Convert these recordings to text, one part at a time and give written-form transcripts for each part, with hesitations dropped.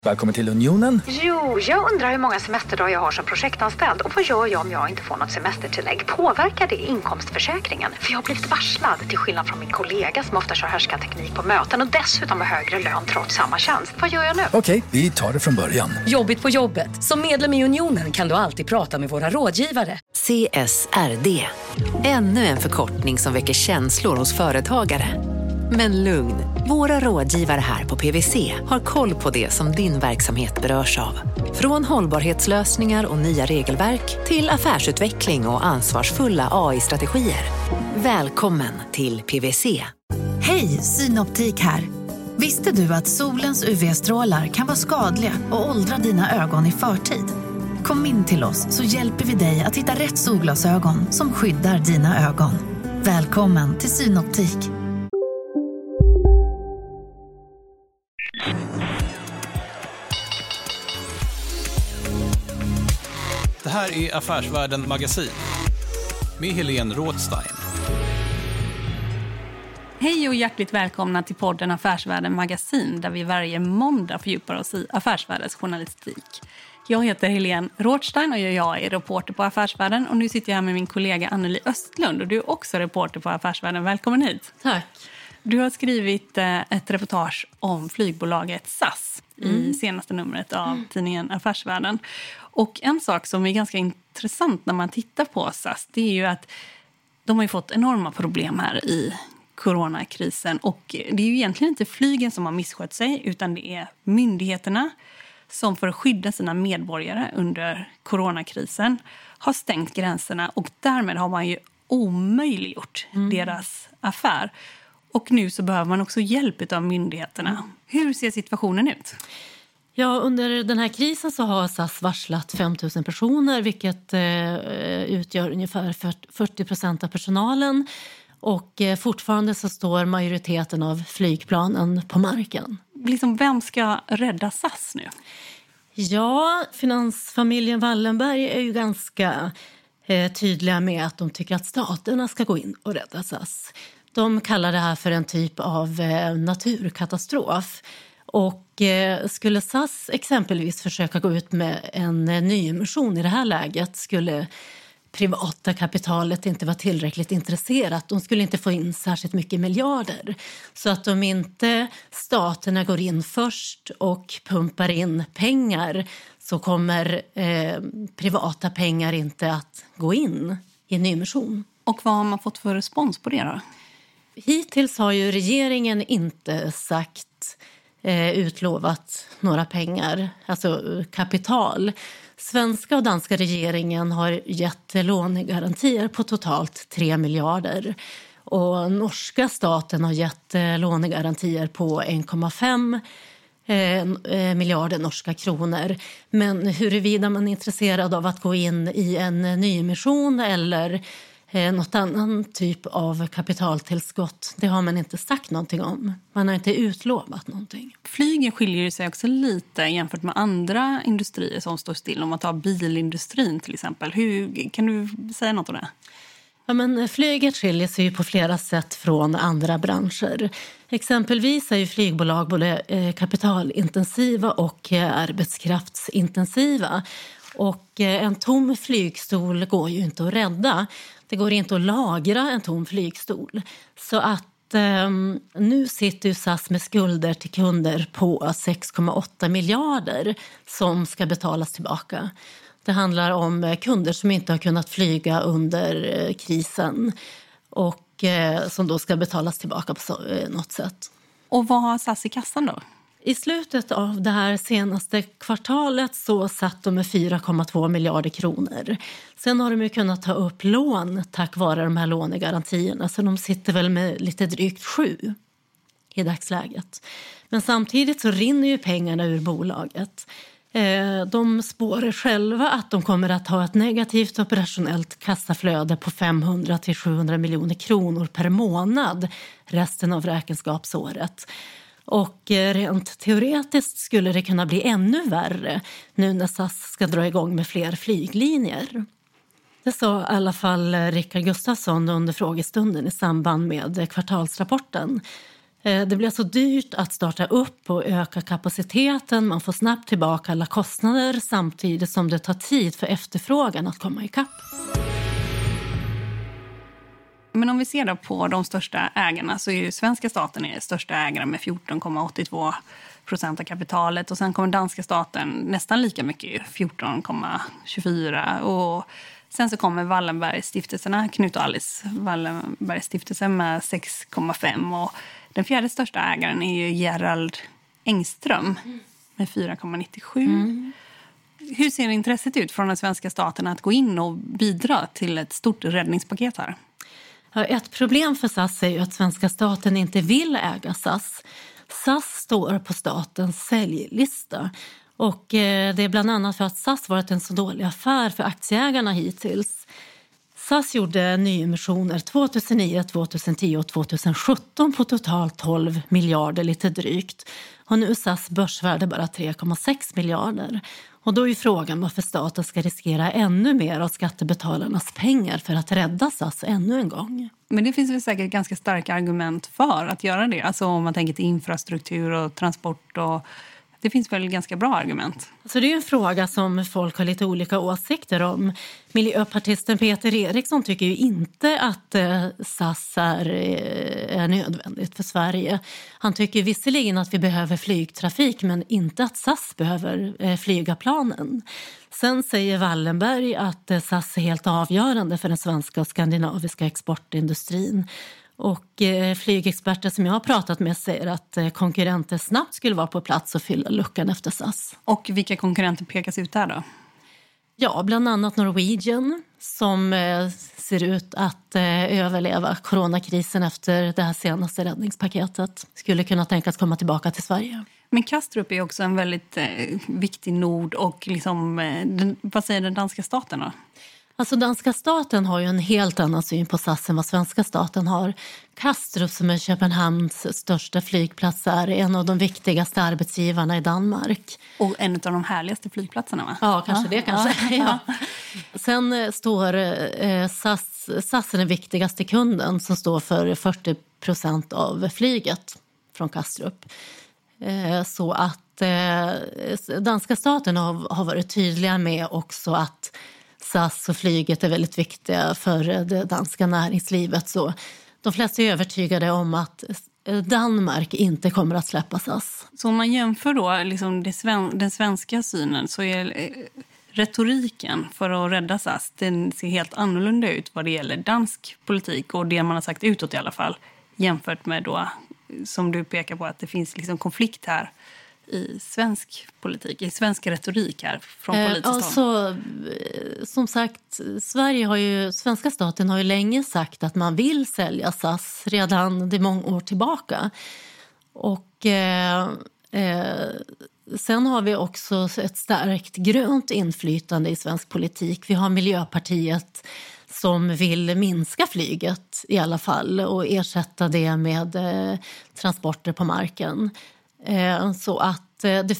Välkommen till Unionen. Jo, jag undrar hur många semesterdagar jag har som projektanställd. Och vad gör jag om jag inte får något semestertillägg? Påverkar det inkomstförsäkringen? För jag har blivit varslad, till skillnad från min kollega som ofta kör härskarteknik på möten och dessutom har högre lön trots samma tjänst. Vad gör jag nu? Okej, vi tar det från början. Jobbigt på jobbet. Som medlem i Unionen kan du alltid prata med våra rådgivare. CSRD. Ännu en förkortning som väcker känslor hos företagare. Men lugn, våra rådgivare här på PwC har koll på det som din verksamhet berörs av. Från hållbarhetslösningar och nya regelverk till affärsutveckling och ansvarsfulla AI-strategier. Välkommen till PwC. Hej, Synoptik här. Visste du att solens UV-strålar kan vara skadliga och åldra dina ögon i förtid? Kom in till oss så hjälper vi dig att hitta rätt solglasögon som skyddar dina ögon. Välkommen till Synoptik. Det här är Affärsvärlden Magasin med Helene Rådstein. Hej och hjärtligt välkomna till podden Affärsvärlden Magasin där vi varje måndag fördjupar oss i affärsvärldens journalistik. Jag heter Helene Rådstein och jag är reporter på Affärsvärlden och nu sitter jag här med min kollega Anneli Östlund och du är också reporter på Affärsvärlden. Välkommen hit. Tack. Du har skrivit ett reportage om flygbolaget SAS i senaste numret av tidningen Affärsvärlden. Och en sak som är ganska intressant när man tittar på SAS, det är ju att de har ju fått enorma problem här i coronakrisen. Och det är ju egentligen inte flygen som har misskött sig utan det är myndigheterna som för att skydda sina medborgare under coronakrisen har stängt gränserna och därmed har man ju omöjliggjort deras affär. Och nu så behöver man också hjälp av myndigheterna. Hur ser situationen ut? Ja, under den här krisen så har SAS varslat 5 000 personer vilket utgör ungefär 40% av personalen. Och fortfarande så står majoriteten av flygplanen på marken. Liksom, vem ska rädda SAS nu? Ja, finansfamiljen Wallenberg är ju ganska tydliga med att de tycker att staterna ska gå in och rädda SAS. De kallar det här för en typ av naturkatastrof. Och skulle SAS exempelvis försöka gå ut med en nyemission i det här läget skulle privata kapitalet inte vara tillräckligt intresserat. De skulle inte få in särskilt mycket miljarder. Så att om inte staterna går in först och pumpar in pengar så kommer privata pengar inte att gå in i en nyemission. Och vad har man fått för respons på det då? Hittills har ju regeringen inte utlovat några pengar, alltså kapital. Svenska och danska regeringen har gett lånegarantier på totalt 3 miljarder. Och norska staten har gett lånegarantier på 1,5 miljarder norska kronor. Men huruvida man är intresserad av att gå in i en nyemission eller något annan typ av kapitaltillskott, det har man inte sagt någonting om. Man har inte utlovat någonting. Flygen skiljer sig också lite jämfört med andra industrier som står still. Om man tar bilindustrin till exempel. Kan du säga något om det? Ja, men flyget skiljer sig ju på flera sätt från andra branscher. Exempelvis är ju flygbolag både kapitalintensiva och arbetskraftsintensiva. Och en tom flygstol går ju inte att rädda. Det går inte att lagra en tom flygstol. Så att nu sitter ju SAS med skulder till kunder på 6,8 miljarder som ska betalas tillbaka. Det handlar om kunder som inte har kunnat flyga under krisen och som då ska betalas tillbaka på något sätt. Och vad har SAS i kassan då? I slutet av det här senaste kvartalet så satt de med 4,2 miljarder kronor. Sen har de ju kunnat ta upp lån tack vare de här lånegarantierna. Så de sitter väl med lite drygt 7 i dagsläget. Men samtidigt så rinner ju pengarna ur bolaget. De spår själva att de kommer att ha ett negativt operationellt kassaflöde på 500-700 miljoner kronor per månad resten av räkenskapsåret. Och rent teoretiskt skulle det kunna bli ännu värre nu när SAS ska dra igång med fler flyglinjer. Det sa i alla fall Rickard Gustafsson under frågestunden i samband med kvartalsrapporten. Det blir så dyrt att starta upp och öka kapaciteten. Man får snabbt tillbaka alla kostnader samtidigt som det tar tid för efterfrågan att komma ikapp. Men om vi ser då på de största ägarna så är ju svenska staten största ägare med 14,82% av kapitalet. Och sen kommer danska staten nästan lika mycket, 14,24%. Och sen så kommer Wallenberg-stiftelserna, Knut och Alice Wallenberg-stiftelsen med 6,5%. Och den fjärde största ägaren är ju Gerald Engström med 4,97%. Hur ser intresset ut från den svenska staten att gå in och bidra till ett stort räddningspaket här? Ja, ett problem för SAS är ju att svenska staten inte vill äga SAS. SAS står på statens säljlista. Och det är bland annat för att SAS varit en så dålig affär för aktieägarna hittills. SAS gjorde nyemissioner 2009, 2010 och 2017 på totalt 12 miljarder lite drygt. Och nu är SAS börsvärde bara 3,6 miljarder. Och då är ju frågan varför staten ska riskera ännu mer av skattebetalarnas pengar för att rädda SAS ännu en gång. Men det finns väl säkert ganska starka argument för att göra det. Alltså om man tänker till infrastruktur och transport och... Det finns väl ganska bra argument. Så det är en fråga som folk har lite olika åsikter om. Miljöpartisten Peter Eriksson tycker ju inte att SAS är nödvändigt för Sverige. Han tycker visserligen att vi behöver flygtrafik men inte att SAS behöver flyga planen. Sen säger Wallenberg att SAS är helt avgörande för den svenska och skandinaviska exportindustrin. Och flygexperter som jag har pratat med säger att konkurrenter snabbt skulle vara på plats och fylla luckan efter SAS. Och vilka konkurrenter pekas ut där då? Ja, bland annat Norwegian som ser ut att överleva coronakrisen efter det här senaste räddningspaketet. Skulle kunna tänkas komma tillbaka till Sverige. Men Kastrup är också en väldigt viktig nod och liksom, vad säger den danska staten då? Alltså danska staten har ju en helt annan syn på SAS än vad svenska staten har. Kastrup som är Köpenhamns största flygplats är en av de viktigaste arbetsgivarna i Danmark. Och en av de härligaste flygplatserna va? Ja, kanske. Ja. Sen står SAS är den viktigaste kunden som står för 40% av flyget från Kastrup. Så att danska staten har varit tydliga med också att SAS och flyget är väldigt viktiga för det danska näringslivet. Så de flesta är övertygade om att Danmark inte kommer att släppa SAS. Så om man jämför då liksom den svenska synen så är retoriken för att rädda SAS, den ser helt annorlunda ut vad det gäller dansk politik och det man har sagt utåt i alla fall jämfört med då som du pekar på att det finns liksom konflikt här i svensk politik, i svensk retorik här från politiskt håll? Alltså, som sagt, svenska staten har ju länge sagt att man vill sälja SAS redan det många år tillbaka. Och sen har vi också ett starkt grönt inflytande i svensk politik. Vi har Miljöpartiet som vill minska flyget i alla fall och ersätta det med transporter på marken. Så att det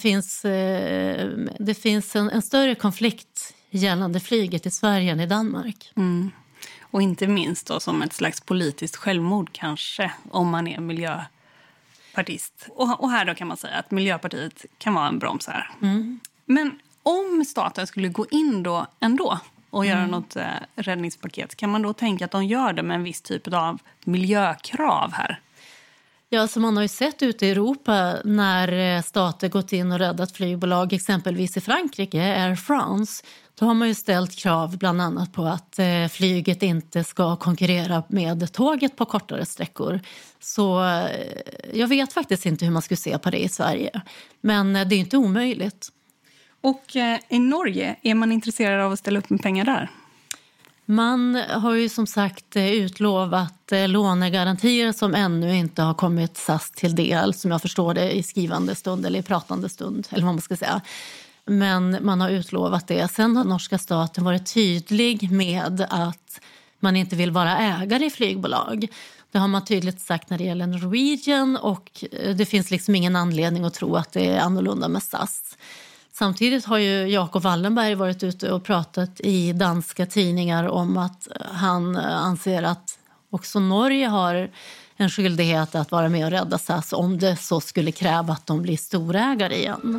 finns en större konflikt gällande flyget i Sverige än i Danmark. Mm. Och inte minst då som ett slags politiskt självmord kanske om man är miljöpartist. Och här då kan man säga att Miljöpartiet kan vara en broms här. Mm. Men om staten skulle gå in då ändå och göra något räddningspaket, kan man då tänka att de gör det med en viss typ av miljökrav här? Ja, som man har ju sett ute i Europa när stater gått in och räddat flygbolag, exempelvis i Frankrike, Air France. Då har man ju ställt krav bland annat på att flyget inte ska konkurrera med tåget på kortare sträckor. Så jag vet faktiskt inte hur man skulle se på det i Sverige. Men det är inte omöjligt. Och i Norge, är man intresserad av att ställa upp med pengar där? Man har ju som sagt utlovat lånegarantier som ännu inte har kommit SAS till del, som jag förstår det, i skrivande stund eller i pratande stund, eller vad man ska säga. Men man har utlovat det. Sen har norska staten varit tydlig med att man inte vill vara ägare i flygbolag. Det har man tydligt sagt när det gäller Norwegian och det finns liksom ingen anledning att tro att det är annorlunda med SAS. Samtidigt har ju Jakob Wallenberg varit ute och pratat i danska tidningar om att han anser att också Norge har en skyldighet att vara med och rädda SAS om det så skulle kräva att de blir storägare igen.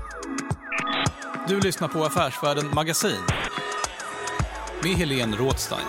Du lyssnar på Affärsvärlden Magasin med Helene Rådstein.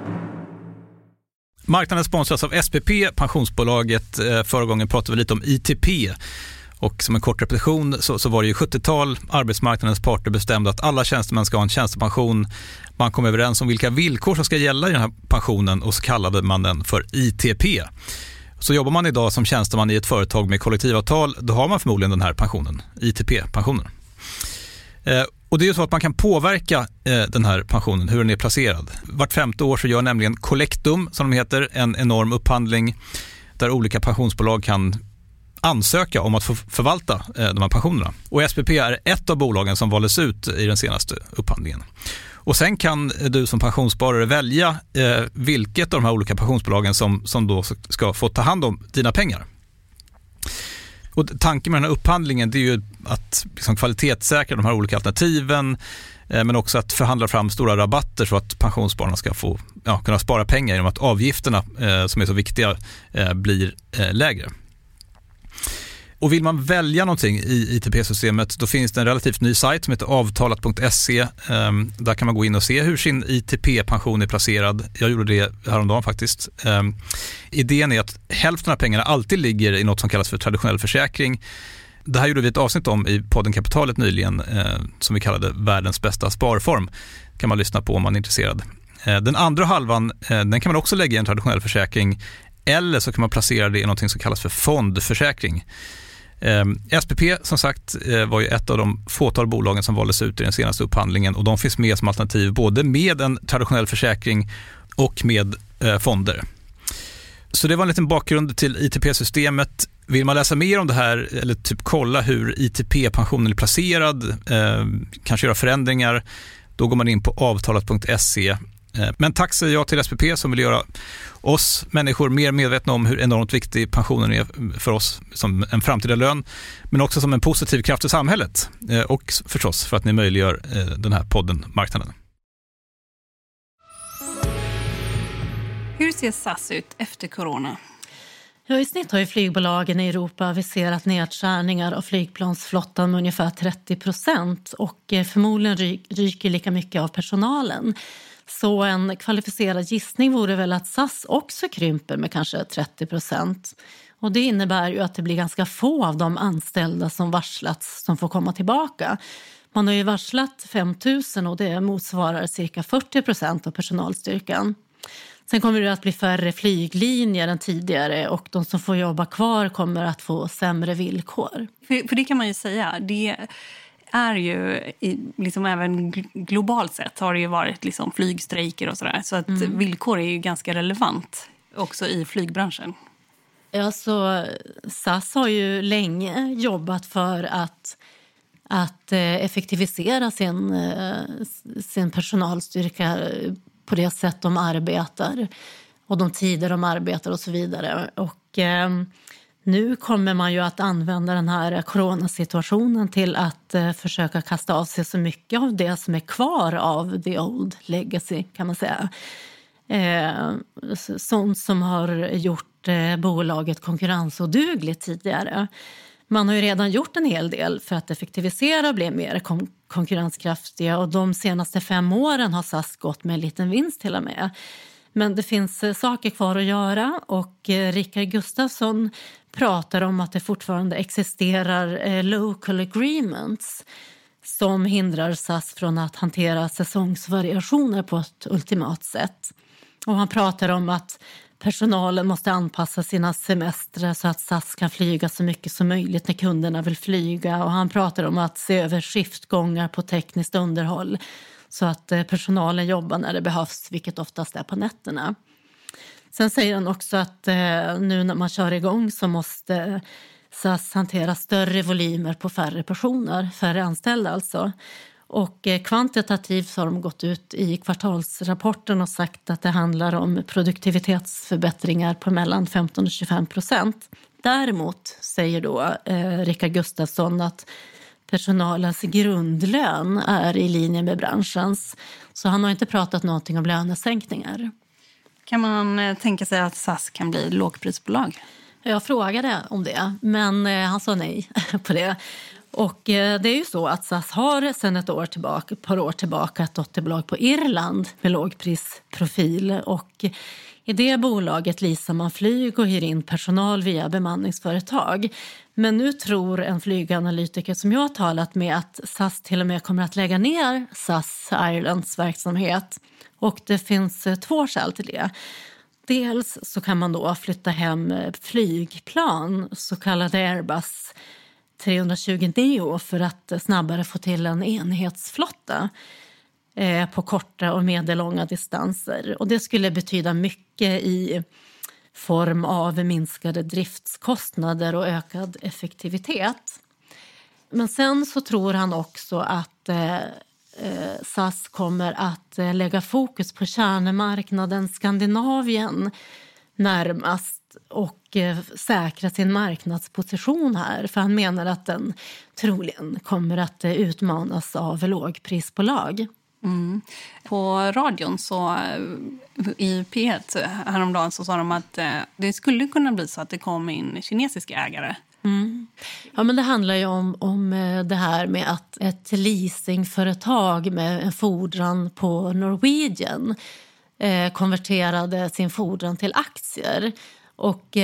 Marknaden sponsras av SPP, pensionsbolaget. Förra gången pratade vi lite om ITP. Och som en kort repetition så var det ju 70-tal. Arbetsmarknadens parter bestämde att alla tjänstemän ska ha en tjänstepension. Man kom överens om vilka villkor som ska gälla i den här pensionen och så kallade man den för ITP. Så jobbar man idag som tjänsteman i ett företag med kollektivavtal, då har man förmodligen den här pensionen, ITP-pensionen. Och det är ju så att man kan påverka den här pensionen, hur den är placerad. Vart 5:e år så gör nämligen Collectum, som de heter, en enorm upphandling där olika pensionsbolag kan ansöka om att få förvalta de här pensionerna. Och SPP är ett av bolagen som valdes ut i den senaste upphandlingen. Och sen kan du som pensionssparare välja vilket av de här olika pensionsbolagen som då ska få ta hand om dina pengar. Och tanken med den här upphandlingen, det är ju att liksom kvalitetssäkra de här olika alternativen, men också att förhandla fram stora rabatter så att pensionsspararna ska få kunna spara pengar genom att avgifterna som är så viktiga blir lägre. Och vill man välja någonting i ITP-systemet, då finns det en relativt ny sajt som heter avtalat.se. Där kan man gå in och se hur sin ITP-pension är placerad. Jag gjorde det häromdagen faktiskt. Idén är att hälften av pengarna alltid ligger i något som kallas för traditionell försäkring. Det här gjorde vi ett avsnitt om i podden Kapitalet nyligen som vi kallade världens bästa sparform. Kan man lyssna på om man är intresserad. Den andra halvan, den kan man också lägga i en traditionell försäkring, eller så kan man placera det i något som kallas för fondförsäkring. SPP som sagt var ju ett av de fåtal bolagen som valdes ut i den senaste upphandlingen, och de finns med som alternativ både med en traditionell försäkring och med fonder. Så det var en liten bakgrund till ITP-systemet. Vill man läsa mer om det här eller typ kolla hur ITP-pensionen är placerad, kanske göra förändringar, då går man in på avtalat.se. Men tack säger jag till SPP som vill göra oss människor mer medvetna om hur enormt viktig pensionen är för oss som en framtida lön, men också som en positiv kraft i samhället, och förstås för att ni möjliggör den här podden Marknaden. Hur ser SAS ut efter corona? Ja, i snitt har ju flygbolagen i Europa aviserat nedskärningar av flygplansflottan med ungefär 30% och förmodligen ryker lika mycket av personalen. Så en kvalificerad gissning vore väl att SAS också krymper med kanske 30%. Och det innebär ju att det blir ganska få av de anställda som varslats som får komma tillbaka. Man har ju varslat 5 000 och det motsvarar cirka 40% av personalstyrkan. Sen kommer det att bli färre flyglinjer än tidigare och de som får jobba kvar kommer att få sämre villkor. För det kan man ju säga, det är ju liksom även globalt sett har det ju varit liksom flygstrejker och sådär. Så att villkor är ju ganska relevant också i flygbranschen. Ja, så SAS har ju länge jobbat för att effektivisera sin personalstyrka på det sätt de arbetar och de tider de arbetar och så vidare. Och nu kommer man ju att använda den här coronasituationen till att försöka kasta av sig så mycket av det som är kvar av the old legacy, kan man säga. Sånt som har gjort bolaget konkurrensodugligt tidigare. Man har ju redan gjort en hel del för att effektivisera och bli mer konkurrenskraftiga, och de senaste 5 åren har SAS gått med en liten vinst till och med. Men det finns saker kvar att göra, och Rickard Gustafsson pratar om att det fortfarande existerar local agreements som hindrar SAS från att hantera säsongsvariationer på ett ultimat sätt. Och han pratar om att personalen måste anpassa sina semestrar så att SAS kan flyga så mycket som möjligt när kunderna vill flyga. Och han pratar om att se över skiftgångar på tekniskt underhåll så att personalen jobbar när det behövs, vilket oftast är på nätterna. Sen säger han också att nu när man kör igång så måste SAS hantera större volymer på färre personer, färre anställda alltså. Och kvantitativt så har de gått ut i kvartalsrapporten och sagt att det handlar om produktivitetsförbättringar på mellan 15 och 25%. Däremot säger då Rickard Gustafsson att personalens grundlön är i linje med branschens. Så han har inte pratat någonting om lönesänkningar. Kan man tänka sig att SAS kan bli lågprisbolag? Jag frågade om det, men han sa nej på det. Och det är ju så att SAS har sedan ett par år tillbaka ett dotterbolag på Irland med lågprisprofil. Och i det bolaget leasar man flyg och hyr in personal via bemanningsföretag. Men nu tror en flyganalytiker som jag har talat med att SAS till och med kommer att lägga ner SAS Irelands verksamhet. Och det finns 2 skäl till det. Dels så kan man då flytta hem flygplan, så kallade Airbus 320 Neo, för att snabbare få till en enhetsflotta på korta och medellånga distanser. Och det skulle betyda mycket i form av minskade driftskostnader och ökad effektivitet. Men sen så tror han också att SAS kommer att lägga fokus på kärnmarknaden Skandinavien närmast och säkra sin marknadsposition här. För han menar att den troligen kommer att utmanas av lågprisbolag. Mm. På radion så i P1 häromdagen så sa de att det skulle kunna bli så att det kom in kinesiska ägare. Mm. Ja, men det handlar ju om det här med att ett leasingföretag med en fordran på Norwegian konverterade sin fordran till aktier. Och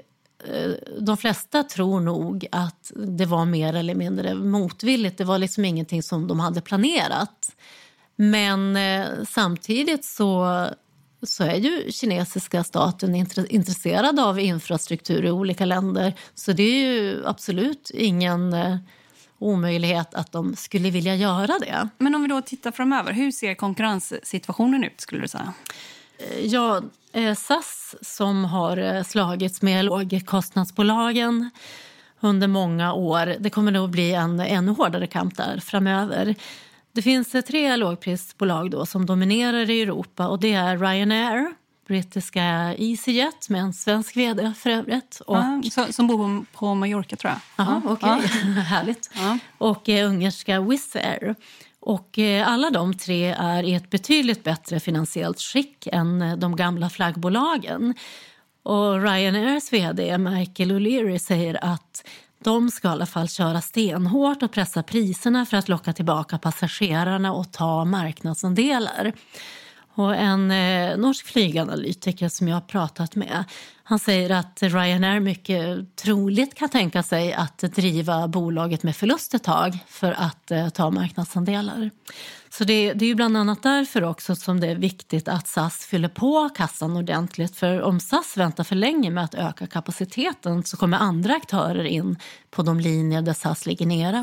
de flesta tror nog att det var mer eller mindre motvilligt. Det var liksom ingenting som de hade planerat. Men samtidigt så är ju kinesiska staten intresserad av infrastruktur i olika länder. Så det är ju absolut ingen omöjlighet att de skulle vilja göra det. Men om vi då tittar framöver, hur ser konkurrenssituationen ut skulle du säga? Ja, SAS som har slagits med lågkostnadsbolagen under många år. Det kommer nog bli en ännu hårdare kamp där framöver. Det finns 3 lågprisbolag då som dominerar i Europa och det är Ryanair, brittiska EasyJet med en svensk vd för övrigt. Och som bor på Mallorca tror jag. Jaha, okej. Härligt. Ja. Och ungerska Wizz Air. Och alla de 3 är i ett betydligt bättre finansiellt skick än de gamla flaggbolagen. Och Ryanairs vd Michael O'Leary säger att de ska i alla fall köra stenhårt och pressa priserna för att locka tillbaka passagerarna och ta marknadsandelar. Och en norsk flyganalytiker som jag har pratat med, han säger att Ryanair mycket troligt kan tänka sig att driva bolaget med förlust ett tag för att ta marknadsandelar. Så det är ju bland annat därför också som det är viktigt att SAS fyller på kassan ordentligt. För om SAS väntar för länge med att öka kapaciteten så kommer andra aktörer in på de linjer där SAS ligger nere.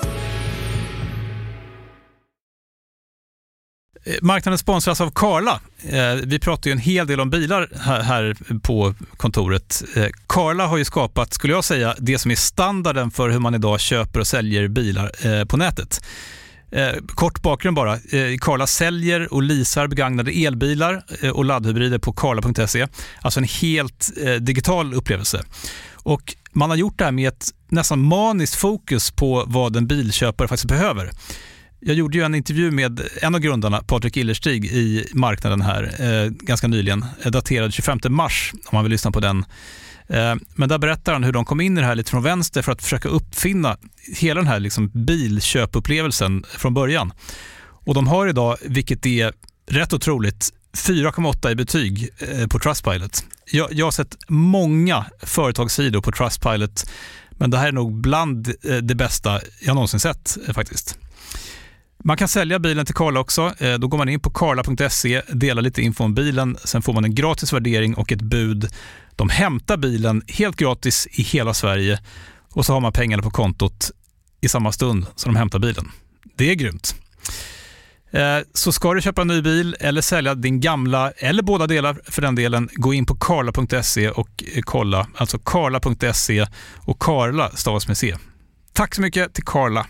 Marknaden sponsras av Carla. Vi pratar ju en hel del om bilar här på kontoret. Carla har ju skapat, skulle jag säga, det som är standarden för hur man idag köper och säljer bilar på nätet. Kort bakgrund bara. Carla säljer och leasar begagnade elbilar och laddhybrider på carla.se. Alltså en helt digital upplevelse. Och man har gjort det här med ett nästan maniskt fokus på vad en bilköpare faktiskt behöver. Jag gjorde ju en intervju med en av grundarna, Patrik Illerstig, i marknaden här ganska nyligen, daterad 25 mars om man vill lyssna på den. Men där berättar han hur de kom in i det här lite från vänster för att försöka uppfinna hela den här liksom bilköpupplevelsen från början. Och de har idag, vilket är rätt otroligt, 4,8 i betyg på Trustpilot. Jag har sett många företagssidor på Trustpilot, men det här är nog bland det bästa jag någonsin sett faktiskt. Man kan sälja bilen till Carla också. Då går man in på carla.se, delar lite info om bilen, sen får man en gratis värdering och ett bud. De hämtar bilen helt gratis i hela Sverige och så har man pengarna på kontot i samma stund som de hämtar bilen. Det är grymt. Så ska du köpa en ny bil eller sälja din gamla, eller båda delar för den delen, gå in på carla.se och kolla. Alltså carla.se och Carla stavas med C. Tack så mycket till Carla.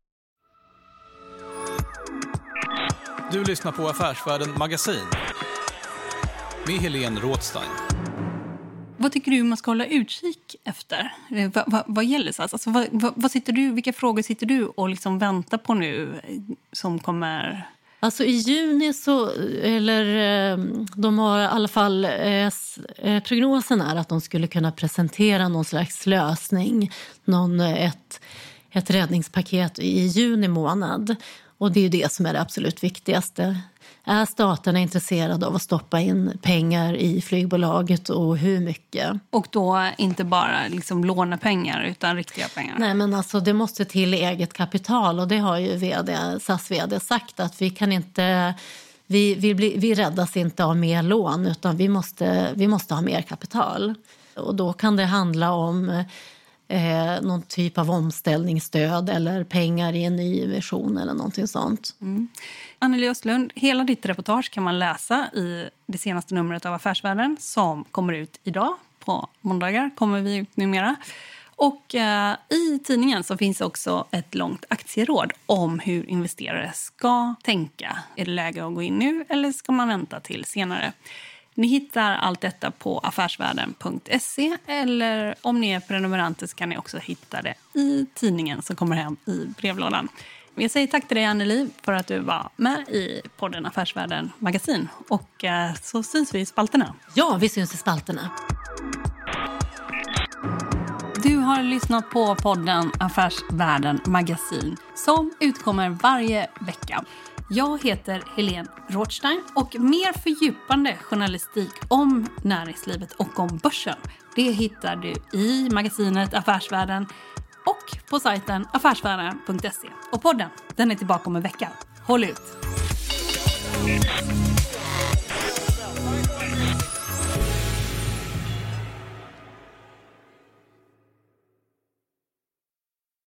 Du lyssnar på Affärsvärlden Magasin med Helene Rådstein. Vad tycker du man ska hålla utkik efter? Vad gäller SAS? Alltså, vad sitter du, vilka frågor sitter du och liksom väntar på nu som kommer? Alltså i juni så, eller de har i alla fall, prognosen är att de skulle kunna presentera någon slags lösning, ett räddningspaket i juni månad. Och det är ju det som är det absolut viktigaste. Är staterna intresserade av att stoppa in pengar i flygbolaget och hur mycket? Och då inte bara liksom låna pengar utan riktiga pengar? Nej, men alltså det måste till eget kapital, och det har ju SAS-vd sagt att vi kan inte, vi räddas inte av mer lån, utan vi måste ha mer kapital. Och då kan det handla om någon typ av omställningsstöd eller pengar i en ny version eller någonting sånt. Anneli Östlund, hela ditt reportage kan man läsa i det senaste numret av Affärsvärlden som kommer ut idag. På måndagar kommer vi ut numera. Och i tidningen så finns också ett långt aktieråd om hur investerare ska tänka. Är det läge att gå in nu eller ska man vänta till senare? Ni hittar allt detta på affärsvärlden.se, eller om ni är prenumeranter så kan ni också hitta det i tidningen som kommer hem i brevlådan. Jag säger tack till dig, Anneli, för att du var med i podden Affärsvärlden Magasin. Och så syns vi i spalterna. Ja, vi syns i spalterna. Du har lyssnat på podden Affärsvärlden Magasin som utkommer varje vecka. Jag heter Helene Rothstein, och mer fördjupande journalistik om näringslivet och om börsen, det hittar du i magasinet Affärsvärlden och på sajten affärsvärlden.se. Och podden, den är tillbaka om en vecka. Håll ut!